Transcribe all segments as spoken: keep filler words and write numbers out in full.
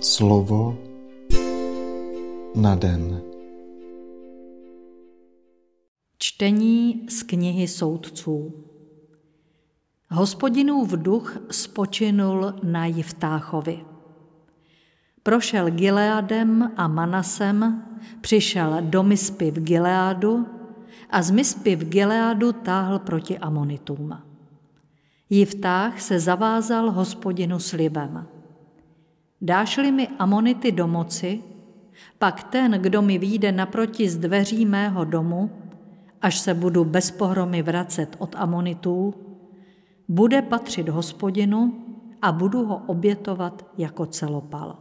Slovo na den. Čtení z knihy Soudců. Hospodinův duch spočinul na Jiftáchovi. Prošel Gileadem a Manasem, přišel do Mispy v Gileadu a z Mispy v Gileadu táhl proti Amonitům. Jiftách se zavázal Hospodinu slibem. Dáš-li mi Amonity do moci, pak ten, kdo mi vyjde naproti z dveří mého domu, až se budu bez pohromy vracet od Amonitů, bude patřit Hospodinu a budu ho obětovat jako celopal.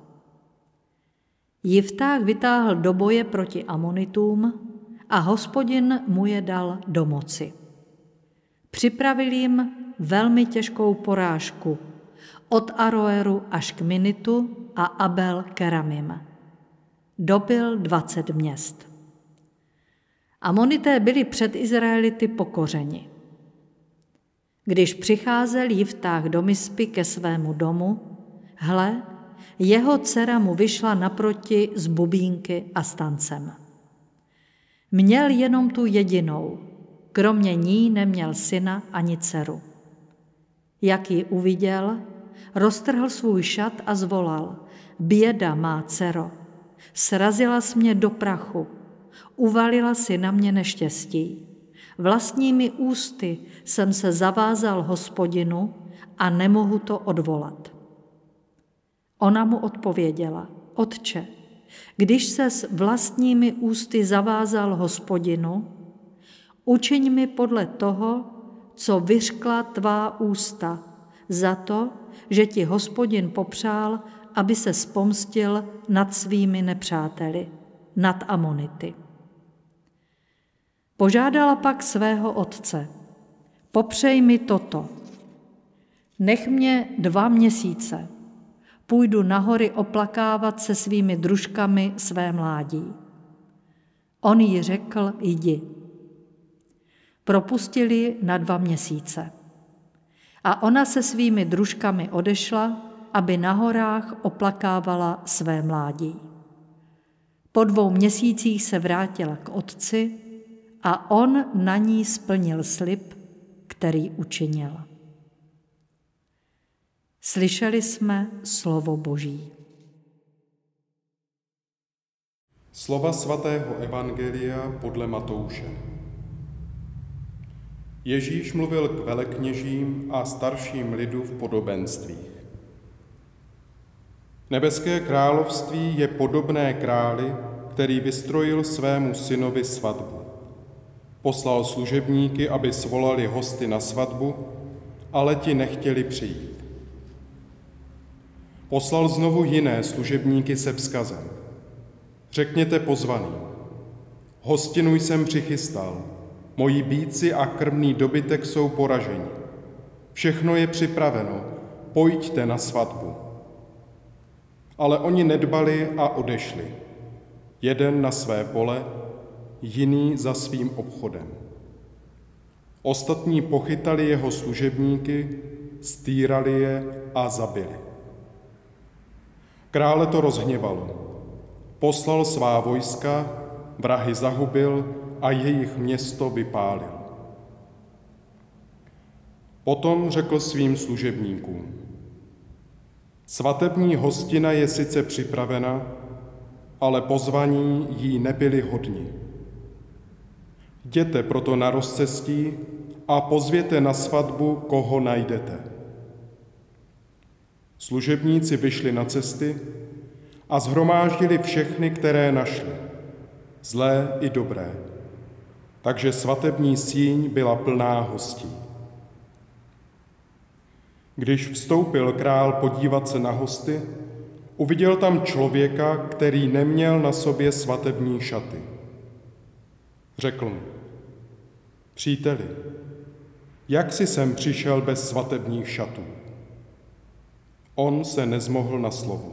Jiftách vytáhl do boje proti Amonitům a Hospodin mu je dal do moci. Připravil jim velmi těžkou porážku od Aroeru až k Minitu a Abel Keramim. Dobil dvacet měst. Amonité byli před Izraelity pokořeni. Když přicházel Jiftách do Mispy ke svému domu, hle, jeho dcera mu vyšla naproti z bubínky a stancem. Měl jenom tu jedinou, kromě ní neměl syna ani dceru. Jak ji uviděl, roztrhl svůj šat a zvolal: Běda má dcero, srazila jsi mě do prachu, uvalila si na mě neštěstí. Vlastními ústy jsem se zavázal Hospodinu a nemohu to odvolat. Ona mu odpověděla: Otče, když ses vlastními ústy zavázal Hospodinu, učiň mi podle toho, co vyřkla tvá ústa, za to, že ti Hospodin popřál, aby se spomstil nad svými nepřáteli, nad Amonity. Požádala pak svého otce: Popřej mi toto. Nech mě dva měsíce. Půjdu na hory oplakávat se svými družkami své mládí. On jí řekl: Jdi. Propustili na dva měsíce. A ona se svými družkami odešla, aby na horách oplakávala své mládí. Po dvou měsících se vrátila k otci a on na ní splnil slib, který učinil. Slyšeli jsme slovo Boží. Slova svatého evangelia podle Matouše. Ježíš mluvil k velekněžím a starším lidu v podobenstvích. Nebeské království je podobné králi, který vystrojil svému synovi svatbu. Poslal služebníky, aby svolali hosty na svatbu, ale ti nechtěli přijít. Poslal znovu jiné služebníky se vzkazem: Řekněte pozvaným: Hostinu jsem přichystal, moji býci a krmný dobytek jsou poraženi. Všechno je připraveno, pojďte na svatbu. Ale oni nedbali a odešli. Jeden na své pole, jiný za svým obchodem. Ostatní pochytali jeho služebníky, stýrali je a zabili. Krále to rozhněvalo. Poslal svá vojska, vrahy zahubil a jejich město vypálil. Potom řekl svým služebníkům: Svatební hostina je sice připravena, ale pozvaní jí nebyli hodni. Jděte proto na rozcestí a pozvěte na svatbu, koho najdete. Služebníci vyšli na cesty a shromáždili všechny, které našli, zlé i dobré. Takže svatební síň byla plná hostí. Když vstoupil král podívat se na hosty, uviděl tam člověka, který neměl na sobě svatební šaty. Řekl mu: Příteli, jak jsi sem přišel bez svatebních šatů? On se nezmohl na slovo.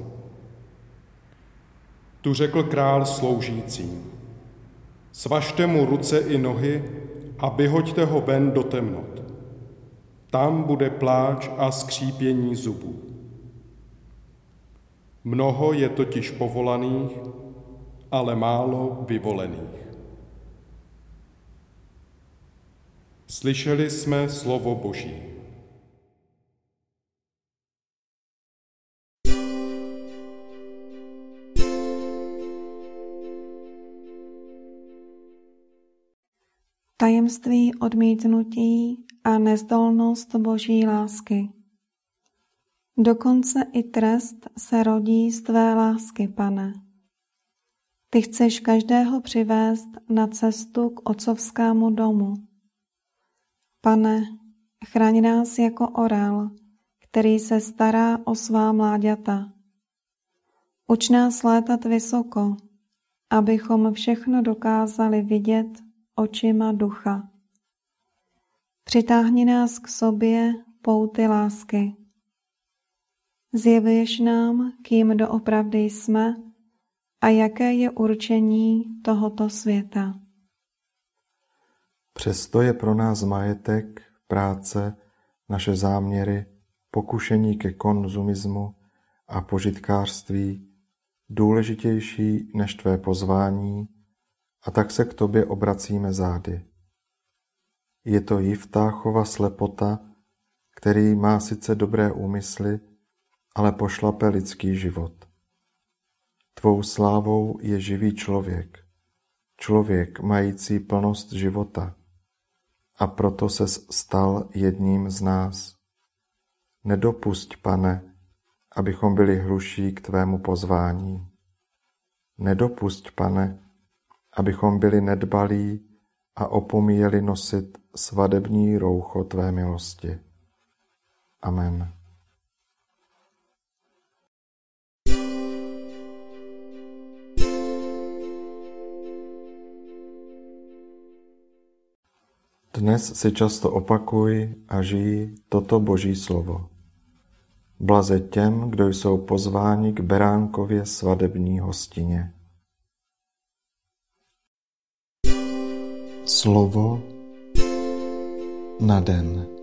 Tu řekl král sloužícím: Svažte mu ruce i nohy a vyhoďte ho ven do temnot. Tam bude pláč a skřípění zubů. Mnoho je totiž povolaných, ale málo vyvolených. Slyšeli jsme slovo Boží. Tajemství odmítnutí a nezdolnost Boží lásky. Dokonce i trest se rodí z tvé lásky, Pane. Ty chceš každého přivést na cestu k otcovskému domu. Pane, chraň nás jako orel, který se stará o svá mláďata. Uč nás létat vysoko, abychom všechno dokázali vidět očima ducha. Přitáhni nás k sobě pouty lásky. Zjevuješ nám, kým doopravdy jsme a jaké je určení tohoto světa. Přesto je pro nás majetek, práce, naše záměry, pokušení ke konzumismu a požitkářství důležitější než tvé pozvání, a tak se k tobě obracíme zády. Je to Jiftáchova slepota, který má sice dobré úmysly, ale pošlape lidský život. Tvou slávou je živý člověk, člověk mající plnost života, a proto ses stal jedním z nás. Nedopusť, Pane, abychom byli hluší k tvému pozvání. Nedopusť, Pane, abychom byli nedbalí a opomíjeli nosit svadební roucho tvé milosti. Amen. Dnes si často opakuj a žij toto Boží slovo. Blaze těm, kdo jsou pozváni k beránkově svadební hostině. Slovo na den.